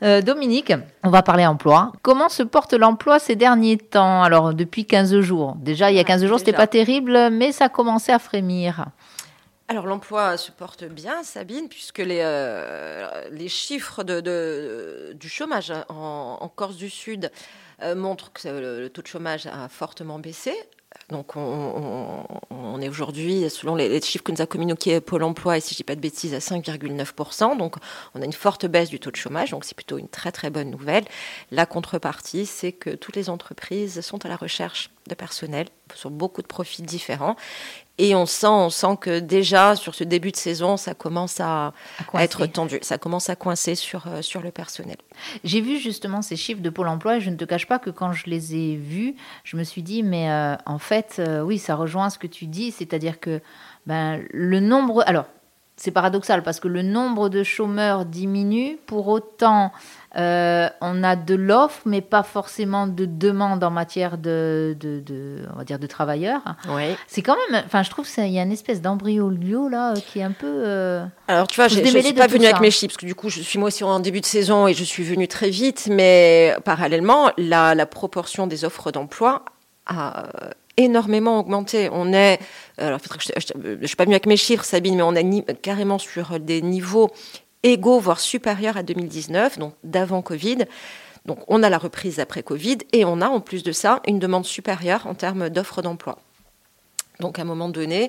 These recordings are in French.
Dominique, on va parler emploi. Comment se porte l'emploi ces derniers temps? Alors, depuis 15 jours. Déjà, il y a 15 jours, c'était pas terrible, mais ça commençait à frémir. Alors l'emploi se porte bien, Sabine, puisque les chiffres du chômage en Corse du Sud montrent que le taux de chômage a fortement baissé. Donc on est aujourd'hui, selon les chiffres que nous a communiqués Pôle emploi, et si je ne dis pas de bêtises, à 5,9%. Donc on a une forte baisse du taux de chômage, donc c'est plutôt une très très bonne nouvelle. La contrepartie, c'est que toutes les entreprises sont à la recherche de personnel sur beaucoup de profils différents. Et on sent que déjà, sur ce début de saison, ça commence à être tendu. Ça commence à coincer sur le personnel. J'ai vu justement ces chiffres de Pôle emploi et je ne te cache pas que quand je les ai vus, je me suis dit, mais en fait, oui, ça rejoint ce que tu dis, c'est-à-dire que le nombre... Alors, c'est paradoxal parce que le nombre de chômeurs diminue, pour autant... on a de l'offre, mais pas forcément de demande en matière on va dire de travailleurs. Oui. C'est quand même, enfin, je trouve qu'il y a une espèce d'embryo là qui est un peu. Alors tu vois, je ne suis pas venue avec mes chiffres parce que du coup, je suis moi aussi en début de saison et je suis venue très vite, mais parallèlement, la proportion des offres d'emploi a énormément augmenté. On est, alors je suis pas venue avec mes chiffres, Sabine, mais on est carrément sur des niveaux égaux, voire supérieurs à 2019, donc d'avant Covid. Donc on a la reprise après Covid et on a en plus de ça une demande supérieure en termes d'offres d'emploi. Donc à un moment donné,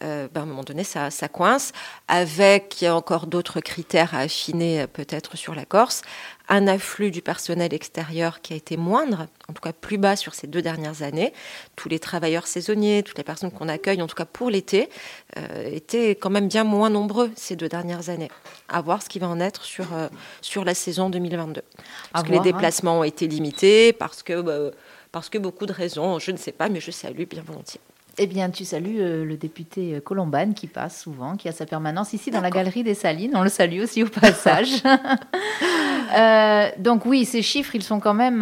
ça coince, avec encore d'autres critères à affiner peut-être sur la Corse, un afflux du personnel extérieur qui a été moindre, en tout cas plus bas sur ces 2 dernières années. Tous les travailleurs saisonniers, toutes les personnes qu'on accueille, en tout cas pour l'été, étaient quand même bien moins nombreux ces 2 dernières années. À voir ce qui va en être sur la saison 2022. Parce que les déplacements ont été limités, parce que beaucoup de raisons, je ne sais pas, mais je salue bien volontiers. Eh bien, tu salues le député Colombane qui passe souvent, qui a sa permanence ici dans la Galerie des Salines. On le salue aussi au passage. Donc oui, ces chiffres, ils sont quand même,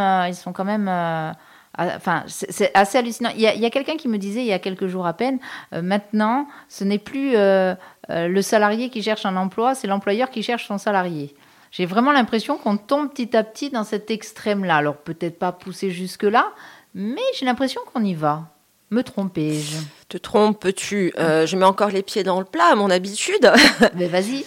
enfin, c'est assez hallucinant. Il y a quelqu'un qui me disait il y a quelques jours à peine, maintenant, ce n'est plus le salarié qui cherche un emploi, c'est l'employeur qui cherche son salarié. J'ai vraiment l'impression qu'on tombe petit à petit dans cet extrême-là. Alors peut-être pas poussé jusque-là, mais j'ai l'impression qu'on y va. Me trompais-je? Te trompes-tu? Je mets encore les pieds dans le plat, à mon habitude. Mais vas-y.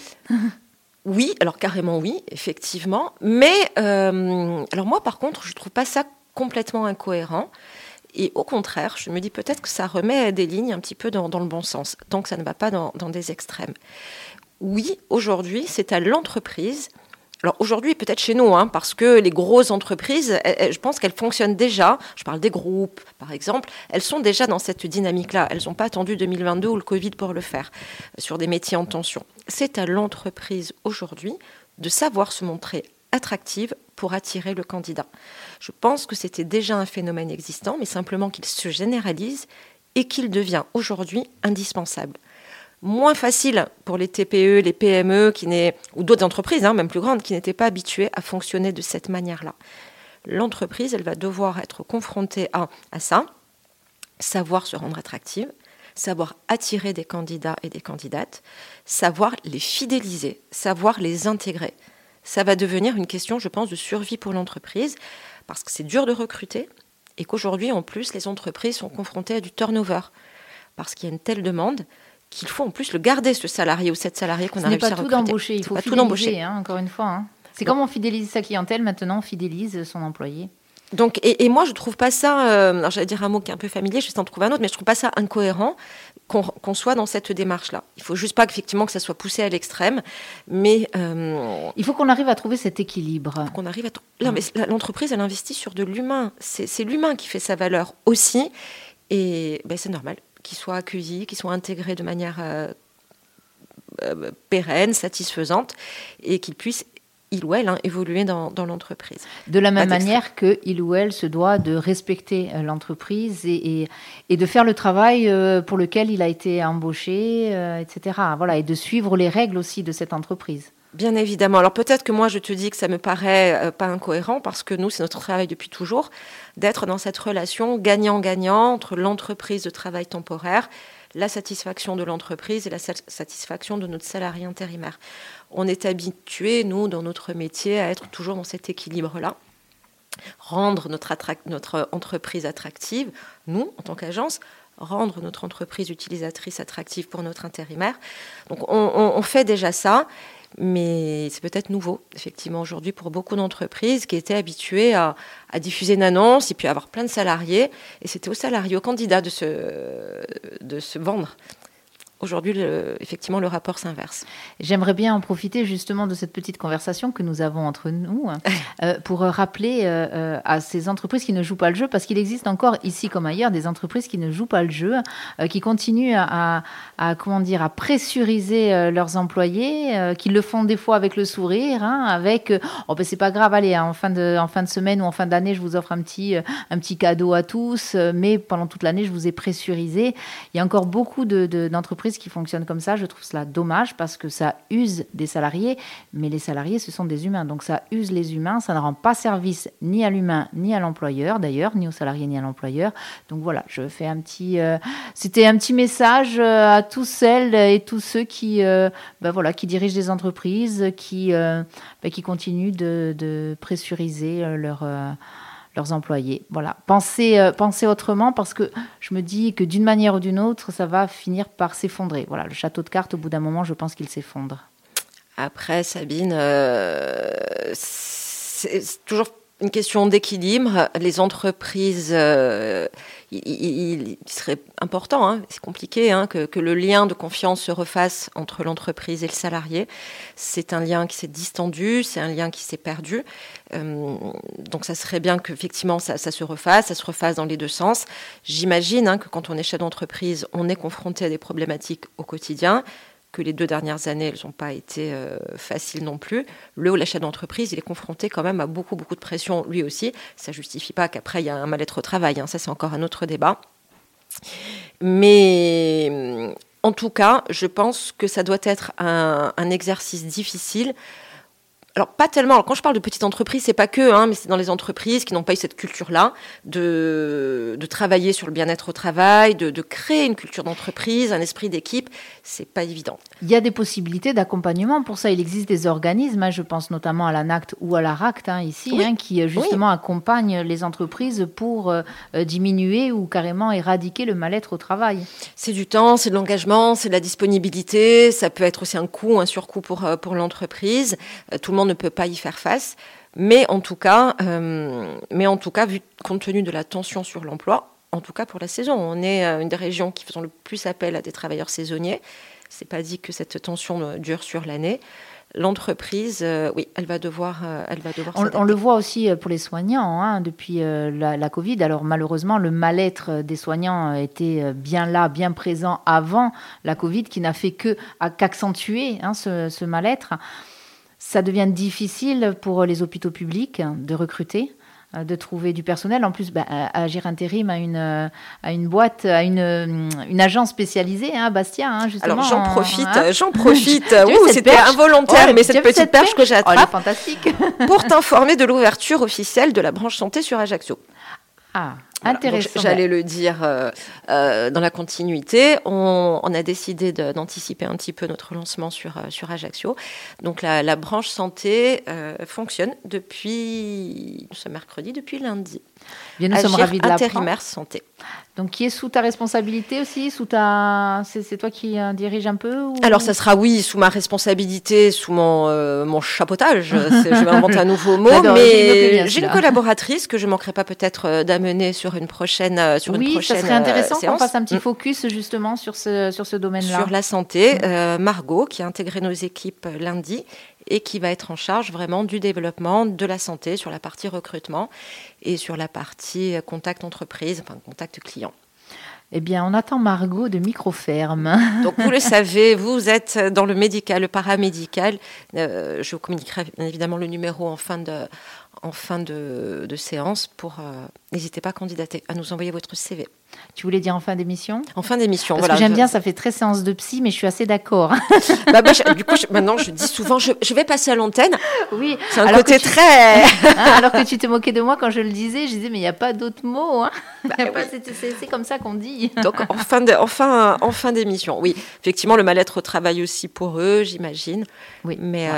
Oui, alors carrément oui, effectivement. Mais alors moi, par contre, je ne trouve pas ça complètement incohérent. Et au contraire, je me dis peut-être que ça remet des lignes un petit peu dans le bon sens, tant que ça ne va pas dans des extrêmes. Oui, aujourd'hui, c'est à l'entreprise. Alors aujourd'hui, peut-être chez nous, parce que les grosses entreprises, je pense qu'elles fonctionnent déjà, je parle des groupes par exemple, elles sont déjà dans cette dynamique-là. Elles n'ont pas attendu 2022 ou le Covid pour le faire, sur des métiers en tension. C'est à l'entreprise aujourd'hui de savoir se montrer attractive pour attirer le candidat. Je pense que c'était déjà un phénomène existant, mais simplement qu'il se généralise et qu'il devient aujourd'hui indispensable. Moins facile pour les TPE, les PME ou d'autres entreprises, même plus grandes, qui n'étaient pas habituées à fonctionner de cette manière-là. L'entreprise, elle va devoir être confrontée à ça, savoir se rendre attractive, savoir attirer des candidats et des candidates, savoir les fidéliser, savoir les intégrer. Ça va devenir une question, je pense, de survie pour l'entreprise, parce que c'est dur de recruter et qu'aujourd'hui, en plus, les entreprises sont confrontées à du turnover, parce qu'il y a une telle demande qu'il faut en plus le garder, ce salarié ou cette salariée qu'on a réussi à recruter. Ce n'est pas tout d'embaucher, il faut fidéliser, encore une fois. C'est comme on fidélise sa clientèle, maintenant on fidélise son employé. Donc, et moi, je ne trouve pas ça, alors j'allais dire un mot qui est un peu familier, je vais en trouver un autre, mais je ne trouve pas ça incohérent qu'on soit dans cette démarche-là. Il ne faut juste pas qu'effectivement que ça soit poussé à l'extrême, mais... il faut qu'on arrive à trouver cet équilibre. Mais l'entreprise, elle investit sur de l'humain. C'est l'humain qui fait sa valeur aussi, et c'est normal qu'ils soient accueillis, qu'ils soient intégrés de manière pérenne, satisfaisante, et qu'ils puissent, il ou elle, évoluer dans l'entreprise. De la même manière qu'il ou elle se doit de respecter l'entreprise et de faire le travail pour lequel il a été embauché, etc. Voilà, et de suivre les règles aussi de cette entreprise. Bien évidemment. Alors peut-être que moi je te dis que ça me paraît pas incohérent parce que nous c'est notre travail depuis toujours d'être dans cette relation gagnant-gagnant entre l'entreprise de travail temporaire, la satisfaction de l'entreprise et la satisfaction de notre salarié intérimaire. On est habitué, nous, dans notre métier, à être toujours dans cet équilibre-là. Rendre notre entreprise attractive, nous, en tant qu'agence, rendre notre entreprise utilisatrice attractive pour notre intérimaire. Donc, on fait déjà ça. Mais c'est peut-être nouveau, effectivement, aujourd'hui, pour beaucoup d'entreprises qui étaient habituées à diffuser une annonce et puis à avoir plein de salariés. Et c'était aux salariés, aux candidats de se vendre. Aujourd'hui, effectivement, le rapport s'inverse. J'aimerais bien en profiter justement de cette petite conversation que nous avons entre nous pour rappeler à ces entreprises qui ne jouent pas le jeu, parce qu'il existe encore ici comme ailleurs des entreprises qui ne jouent pas le jeu, qui continuent à pressuriser leurs employés, qui le font des fois avec le sourire, avec c'est pas grave, allez, en fin de semaine ou en fin d'année, je vous offre un petit cadeau à tous, mais pendant toute l'année, je vous ai pressurisé. Il y a encore beaucoup d'entreprises qui fonctionnent comme ça. Je trouve cela dommage parce que ça use des salariés, mais les salariés, ce sont des humains. Donc ça use les humains, ça ne rend pas service ni à l'humain, ni à l'employeur d'ailleurs, ni aux salariés, ni à l'employeur. Donc voilà, je fais c'était un petit message à tous celles et tous ceux qui dirigent des entreprises, qui continuent de pressuriser leurs employés. Voilà. Pensez autrement, parce que je me dis que d'une manière ou d'une autre, ça va finir par s'effondrer. Voilà, le château de cartes, au bout d'un moment, je pense qu'il s'effondre. Après, Sabine, c'est toujours une question d'équilibre. Les entreprises, il serait important, c'est compliqué, que le lien de confiance se refasse entre l'entreprise et le salarié. C'est un lien qui s'est distendu, c'est un lien qui s'est perdu. Donc ça serait bien qu'effectivement ça se refasse dans les deux sens. J'imagine que quand on est chef d'entreprise, on est confronté à des problématiques au quotidien, que les 2 dernières années, elles n'ont pas été faciles non plus. La chef d'entreprise, il est confronté quand même à beaucoup de pression, lui aussi. Ça ne justifie pas qu'après, il y a un mal-être au travail. Ça, c'est encore un autre débat. Mais en tout cas, je pense que ça doit être un exercice difficile. Alors, pas tellement. Alors, quand je parle de petites entreprises, c'est pas que, mais c'est dans les entreprises qui n'ont pas eu cette culture-là de travailler sur le bien-être au travail, de créer une culture d'entreprise, un esprit d'équipe. C'est pas évident. Il y a des possibilités d'accompagnement pour ça. Il existe des organismes, je pense notamment à l'ANACT ou à l'ARACT ici, oui. Qui justement accompagnent les entreprises pour diminuer ou carrément éradiquer le mal-être au travail. C'est du temps, c'est de l'engagement, c'est de la disponibilité. Ça peut être aussi un surcoût pour l'entreprise. Tout le monde ne peut pas y faire face. Mais en tout cas, compte tenu de la tension sur l'emploi, en tout cas pour la saison, on est une des régions qui faisons le plus appel à des travailleurs saisonniers. C'est pas dit que cette tension dure sur l'année. L'entreprise, elle va devoir s'adapter. On le voit aussi pour les soignants depuis la Covid. Alors malheureusement, le mal-être des soignants était bien là, bien présent avant la Covid, qui n'a fait qu'accentuer ce mal-être. Ça devient difficile pour les hôpitaux publics de recruter, de trouver du personnel. En plus, Agir Intérim a une boîte, a une agence spécialisée, Bastia, justement. Alors j'en profite. C'était involontaire, mais cette petite perche que j'attrape. Elle est fantastique. Pour t'informer de l'ouverture officielle de la branche santé sur Ajaccio. Ah, intéressant. Donc, j'allais le dire dans la continuité. On a décidé d'anticiper un petit peu notre lancement sur Ajaccio. Donc la branche santé fonctionne depuis lundi. Bien, nous sommes ravis de l'apprendre. Intérimaire santé. Donc, qui est sous ta responsabilité aussi, c'est toi qui dirige un peu ou... Alors, ça sera, sous ma responsabilité, sous mon chapeautage. Je vais inventer un nouveau mot, mais j'ai une collaboratrice que je ne manquerai pas peut-être d'amener sur une prochaine ça serait intéressant qu'on fasse un petit focus justement sur ce domaine-là. Sur la santé, Margot, qui a intégré nos équipes lundi et qui va être en charge vraiment du développement de la santé sur la partie recrutement et sur la partie contact entreprise, contact client. Eh bien, on attend Margot de Microferme. Donc, vous le savez, vous êtes dans le médical, le paramédical. Je vous communiquerai bien évidemment le numéro en fin en fin de séance. N'hésitez pas à candidater, à nous envoyer votre CV. Tu voulais dire en fin d'émission ? En fin d'émission, Parce que j'aime bien, ça fait très séance de psy, mais je suis assez d'accord. Du coup, maintenant, je dis souvent, je vais passer à l'antenne. Oui. C'est un côté très... alors que tu te moquais de moi quand je le disais, je disais, mais il n'y a pas d'autres mots. Hein. C'est comme ça qu'on dit. Donc, en fin d'émission, oui. Effectivement, le mal-être au travail aussi pour eux, j'imagine. Oui. Mais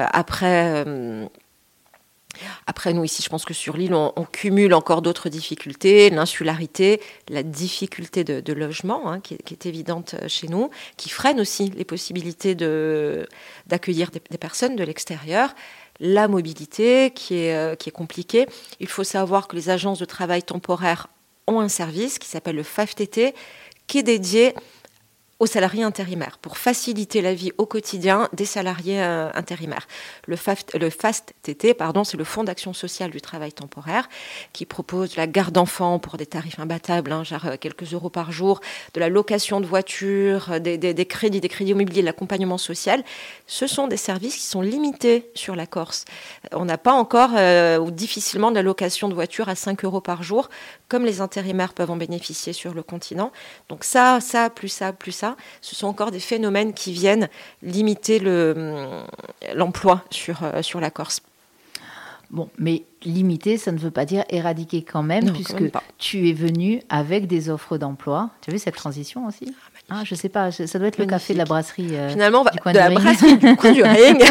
après, nous, ici, je pense que sur l'île, on cumule encore d'autres difficultés, l'insularité, la difficulté de logement, hein, qui est évidente chez nous, qui freine aussi les possibilités d'accueillir des personnes de l'extérieur, la mobilité qui est compliquée. Il faut savoir que les agences de travail temporaire ont un service qui s'appelle le FAFTT, qui est dédié aux salariés intérimaires, pour faciliter la vie au quotidien des salariés intérimaires. Le FAST-TT, c'est le Fonds d'action sociale du travail temporaire, qui propose la garde d'enfants pour des tarifs imbattables, genre quelques euros par jour, de la location de voitures, des crédits immobiliers, de l'accompagnement social. Ce sont des services qui sont limités sur la Corse. On n'a pas encore, ou difficilement, de la location de voiture à 5 euros par jour, comme les intérimaires peuvent en bénéficier sur le continent. Donc ça, plus ça, ce sont encore des phénomènes qui viennent limiter l'emploi sur la Corse. Bon, mais limiter, ça ne veut pas dire éradiquer quand même, non, puisque quand même pas. Tu es venu avec des offres d'emploi. Tu as vu cette transition aussi ? Je ne sais pas, ça doit être le café de la brasserie Finalement, du coin de du la ring. brasserie du coin du ring.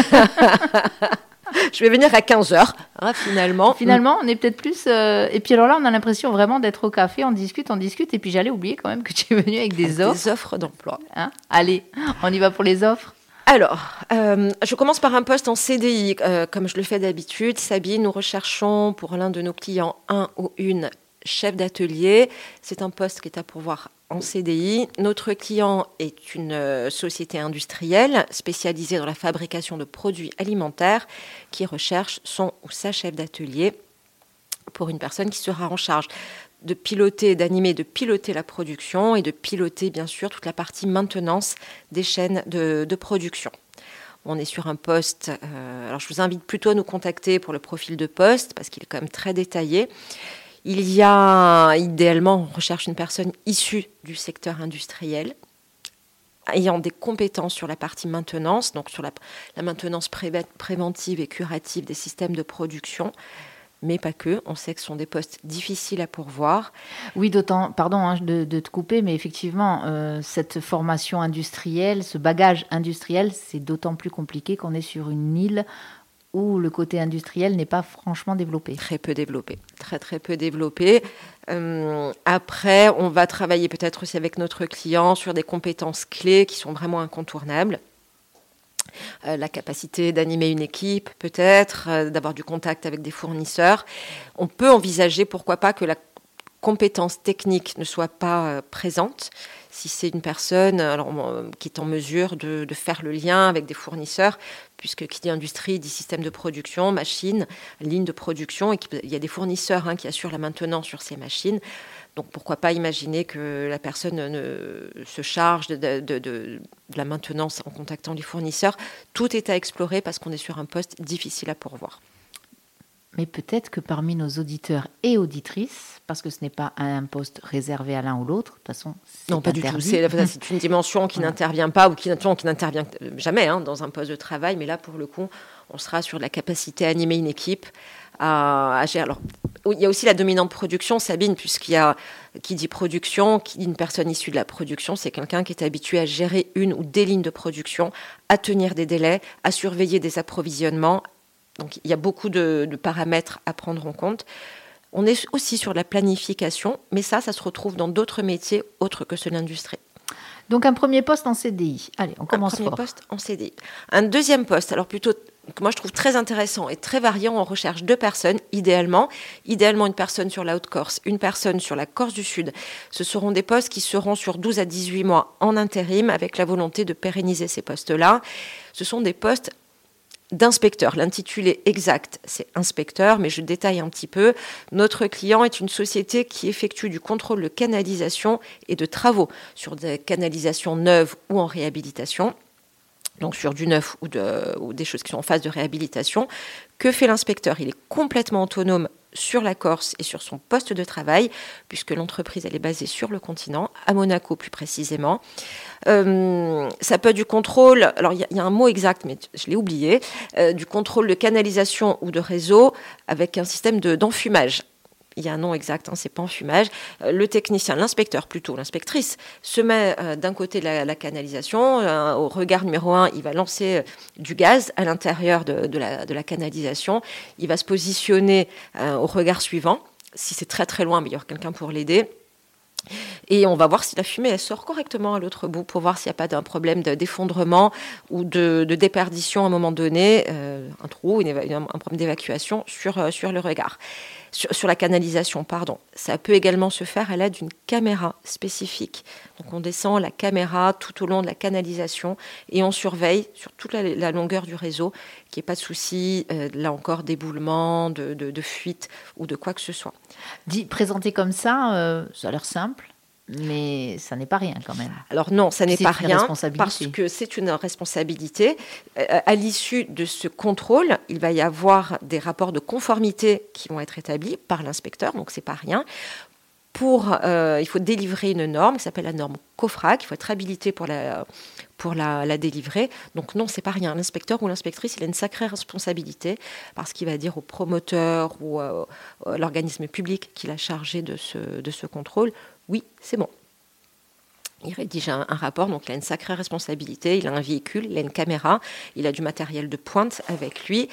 Je vais venir à 15h, finalement. Finalement, on est peut-être plus... Et puis alors là, on a l'impression vraiment d'être au café, on discute, et puis j'allais oublier quand même que tu es venu avec des offres. Des offres d'emploi. Allez, on y va pour les offres. Alors, je commence par un poste en CDI, comme je le fais d'habitude. Sabine, nous recherchons pour l'un de nos clients un ou une chef d'atelier. C'est un poste qui est à pourvoir en CDI. Notre client est une société industrielle spécialisée dans la fabrication de produits alimentaires qui recherche son ou sa chef d'atelier pour une personne qui sera en charge de piloter, d'animer, de piloter la production et de piloter bien sûr toute la partie maintenance des chaînes de production. On est sur un poste, alors je vous invite plutôt à nous contacter pour le profil de poste parce qu'il est quand même très détaillé. Il y a, idéalement, on recherche une personne issue du secteur industriel, ayant des compétences sur la partie maintenance, donc sur la maintenance préventive et curative des systèmes de production, mais pas que. On sait que ce sont des postes difficiles à pourvoir. Oui, pardon de te couper, mais effectivement, cette formation industrielle, ce bagage industriel, c'est d'autant plus compliqué qu'on est sur une île où le côté industriel n'est pas franchement développé. Très peu développé, très peu développé. Après, on va travailler peut-être aussi avec notre client sur des compétences clés qui sont vraiment incontournables. La capacité d'animer une équipe, peut-être, d'avoir du contact avec des fournisseurs. On peut envisager, pourquoi pas, que la compétence technique ne soit pas présente. Si c'est une personne qui est en mesure de faire le lien avec des fournisseurs, puisque qui dit industrie dit système de production, machines, ligne de production, et il y a des fournisseurs qui assurent la maintenance sur ces machines. Donc pourquoi pas imaginer que la personne se charge de la maintenance en contactant les fournisseurs. Tout est à explorer parce qu'on est sur un poste difficile à pourvoir. Mais peut-être que parmi nos auditeurs et auditrices, parce que ce n'est pas un poste réservé à l'un ou l'autre, de toute façon, c'est non, pas interdit. Du tout. C'est une dimension qui n'intervient pas ou qui n'intervient jamais dans un poste de travail. Mais là, pour le coup, on sera sur la capacité à animer une équipe, à gérer. Alors, il y a aussi la dominante production, Sabine, puisqu'il y a qui dit production, qui dit une personne issue de la production, c'est quelqu'un qui est habitué à gérer une ou des lignes de production, à tenir des délais, à surveiller des approvisionnements. Donc, il y a beaucoup de paramètres à prendre en compte. On est aussi sur la planification, mais ça se retrouve dans d'autres métiers autres que ceux de l'industrie. Donc, un premier poste en CDI. Allez, on commence fort. Un premier poste en CDI. Un deuxième poste, alors plutôt, que moi je trouve très intéressant et très variant. On recherche 2 personnes, idéalement une personne sur la Haute-Corse, une personne sur la Corse du Sud. Ce seront des postes qui seront sur 12 à 18 mois en intérim, avec la volonté de pérenniser ces postes-là. Ce sont des postes d'inspecteur. L'intitulé exact, c'est inspecteur, mais je détaille un petit peu. Notre client est une société qui effectue du contrôle de canalisation et de travaux sur des canalisations neuves ou en réhabilitation. donc sur du neuf ou des choses qui sont en phase de réhabilitation. Que fait l'inspecteur ? Il est complètement autonome sur la Corse et sur son poste de travail, puisque l'entreprise elle est basée sur le continent, à Monaco plus précisément. Ça peut être du contrôle, alors il y a un mot exact, mais je l'ai oublié, du contrôle de canalisation ou de réseau avec un système d'enfumage. Il y a un nom exact, c'est pas enfumage. Le technicien, l'inspecteur plutôt, l'inspectrice, se met d'un côté de la canalisation. Au regard numéro 1, il va lancer du gaz à l'intérieur de la canalisation. Il va se positionner au regard suivant. Si c'est très très loin, mais il y aura quelqu'un pour l'aider. Et on va voir si la fumée elle sort correctement à l'autre bout pour voir s'il n'y a pas d'un problème d'effondrement ou de déperdition à un moment donné, un trou, un problème d'évacuation sur le regard. Sur la canalisation, pardon. Ça peut également se faire à l'aide d'une caméra spécifique. Donc on descend la caméra tout au long de la canalisation et on surveille sur toute la longueur du réseau qu'il n'y ait pas de souci, là encore, d'éboulement, de fuite ou de quoi que ce soit. Présenté comme ça, ça a l'air simple. Mais ça n'est pas rien quand même. Alors non, ça n'est pas rien parce que c'est une responsabilité. À l'issue de ce contrôle, il va y avoir des rapports de conformité qui vont être établis par l'inspecteur, donc c'est pas rien. Il faut délivrer une norme qui s'appelle la norme COFRAC. Il faut être habilité pour la délivrer. Donc non, c'est pas rien. L'inspecteur ou l'inspectrice, il a une sacrée responsabilité parce qu'il va dire au promoteur ou à l'organisme public qui l'a chargé de ce contrôle, oui, c'est bon. Il rédige un rapport, donc il a une sacrée responsabilité. Il a un véhicule, il a une caméra, il a du matériel de pointe avec lui.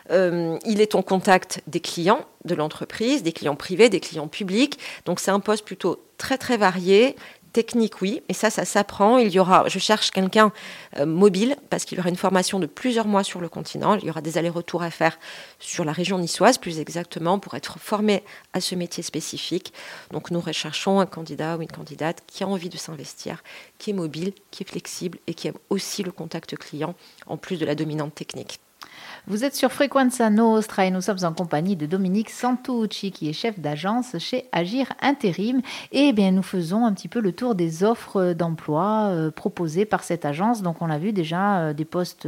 Il est en contact des clients de l'entreprise, des clients privés, des clients publics. Donc c'est un poste plutôt très très varié. Technique, oui, et ça s'apprend. Je cherche quelqu'un mobile parce qu'il y aura une formation de plusieurs mois sur le continent. Il y aura des allers-retours à faire sur la région niçoise, plus exactement, pour être formé à ce métier spécifique. Donc nous recherchons un candidat ou une candidate qui a envie de s'investir, qui est mobile, qui est flexible et qui aime aussi le contact client, en plus de la dominante technique. Vous êtes sur Frequenza Nostra et nous sommes en compagnie de Dominique Santucci qui est chef d'agence chez Agir Intérim. Et bien, nous faisons un petit peu le tour des offres d'emploi proposées par cette agence. Donc, on a vu déjà des postes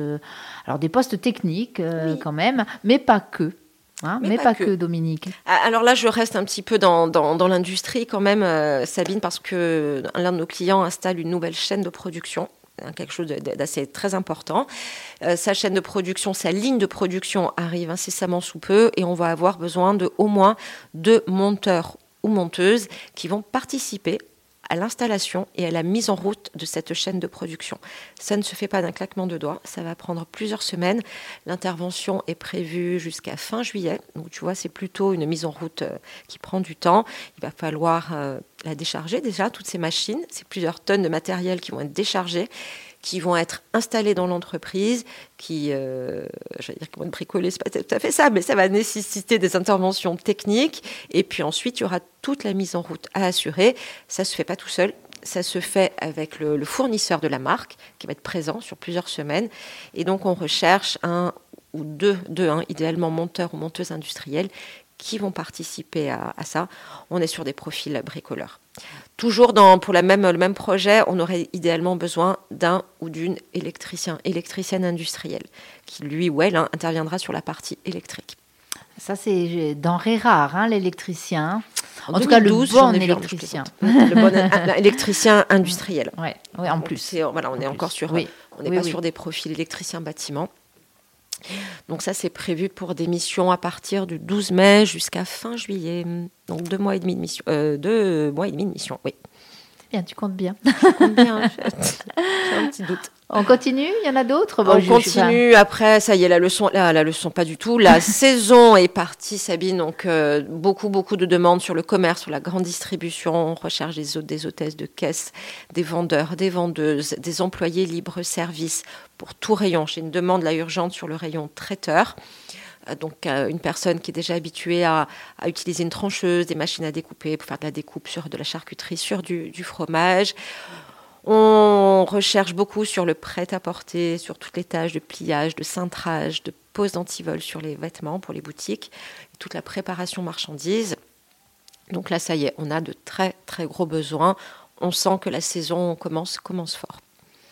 techniques oui. Quand même, mais pas que. Mais pas que, Dominique. Alors là, je reste un petit peu dans l'industrie quand même, Sabine, parce que l'un de nos clients installe une nouvelle chaîne de production. Quelque chose d'assez très important. Sa chaîne de production, sa ligne de production arrive incessamment sous peu et on va avoir besoin de au moins 2 monteurs ou monteuses qui vont participer à l'installation et à la mise en route de cette chaîne de production. Ça ne se fait pas d'un claquement de doigts, ça va prendre plusieurs semaines. L'intervention est prévue jusqu'à fin juillet. Donc tu vois, c'est plutôt une mise en route qui prend du temps. Il va falloir la décharger déjà, toutes ces machines. C'est plusieurs tonnes de matériel qui vont être déchargées, qui vont être installés dans l'entreprise, qui vont être bricolés, c'est pas tout à fait ça, mais ça va nécessiter des interventions techniques. Et puis ensuite, il y aura toute la mise en route à assurer. Ça se fait pas tout seul. Ça se fait avec le fournisseur de la marque qui va être présent sur plusieurs semaines. Et donc, on recherche un ou deux, idéalement monteurs ou monteuses industrielles qui vont participer à ça. On est sur des profils bricoleurs. Toujours pour le même projet, on aurait idéalement besoin d'un ou d'une électricienne industrielle, qui lui ou elle interviendra sur la partie électrique. Ça, c'est denrée rare, l'électricien. En tout cas, le bon électricien. Le bon électricien industriel. Oui, en plus. On est encore sur... Oui. On n'est pas sur des profils électriciens bâtiments. Donc ça, c'est prévu pour des missions à partir du 12 mai jusqu'à fin juillet. Donc 2 mois et demi de mission. 2 mois et demi de mission, oui. C'est bien, tu comptes bien. Je compte bien, j'ai un petit doute. On continue, il y en a d'autres. On continue, après, ça y est, la leçon pas du tout. La saison est partie, Sabine, donc beaucoup de demandes sur le commerce, sur la grande distribution. On recherche des hôtesses de caisse, des vendeurs, des vendeuses, des employés libre-service pour tout rayon. J'ai une demande là urgente sur le rayon traiteur. Donc une personne qui est déjà habituée à utiliser une trancheuse, des machines à découper pour faire de la découpe sur de la charcuterie, sur du fromage. On recherche beaucoup sur le prêt-à-porter, sur toutes les tâches de pliage, de cintrage, de pose d'antivol sur les vêtements pour les boutiques, et toute la préparation marchandises. Donc là, ça y est, on a de très, très gros besoins. On sent que la saison commence fort.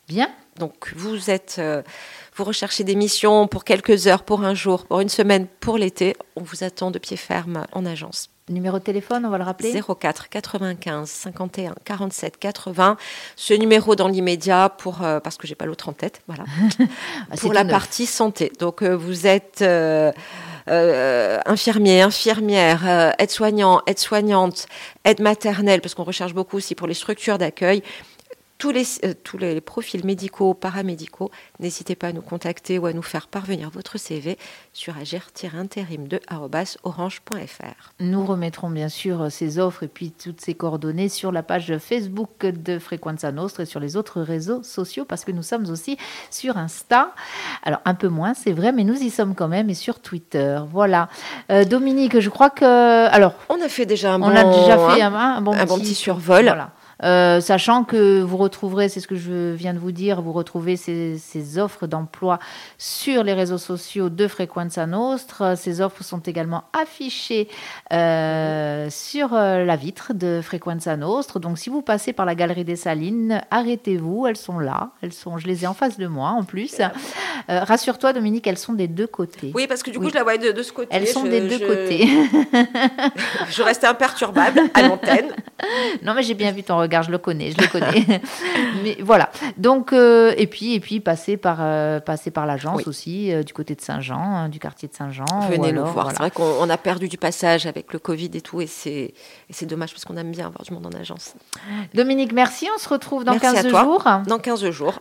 Bien. Donc, vous recherchez des missions pour quelques heures, pour un jour, pour une semaine, pour l'été. On vous attend de pied ferme en agence. Numéro de téléphone, on va le rappeler. 04 95 51 47 80. Ce numéro dans l'immédiat parce que j'ai pas l'autre en tête. Voilà. Pour la partie santé. Donc, vous êtes infirmier, infirmière, aide-soignante, aide maternelle, parce qu'on recherche beaucoup aussi pour les structures d'accueil. Tous les profils médicaux, paramédicaux, n'hésitez pas à nous contacter ou à nous faire parvenir votre CV sur agir-intérim2@orange.fr. Nous remettrons bien sûr ces offres et puis toutes ces coordonnées sur la page Facebook de Frequenza Nostra et sur les autres réseaux sociaux parce que nous sommes aussi sur Insta. Alors un peu moins, c'est vrai, mais nous y sommes quand même et sur Twitter. Voilà. Dominique, je crois que... Alors, on a fait déjà un bon petit survol. Voilà. Sachant que vous retrouverez, c'est ce que je viens de vous dire, vous retrouvez ces offres d'emploi sur les réseaux sociaux de Frequenza Nostra. Ces offres sont également affichées sur la vitre de Frequenza Nostra. Donc si vous passez par la Galerie des Salines, arrêtez-vous, elles sont là. Je les ai en face de moi en plus. Rassure-toi Dominique, elles sont des deux côtés. Oui, parce que du coup je la vois de ce côté. Elles sont des deux côtés. Je reste imperturbable à l'antenne. Non mais j'ai bien vu ton regard, je le connais. Mais voilà. Donc et puis passer par l'agence aussi du côté de Saint-Jean, du quartier de Saint-Jean. Venez nous voir. Voilà. C'est vrai qu'on a perdu du passage avec le Covid et tout, et c'est dommage parce qu'on aime bien avoir du monde en agence. Dominique, merci. On se retrouve dans merci 15 jours. Dans 15 jours.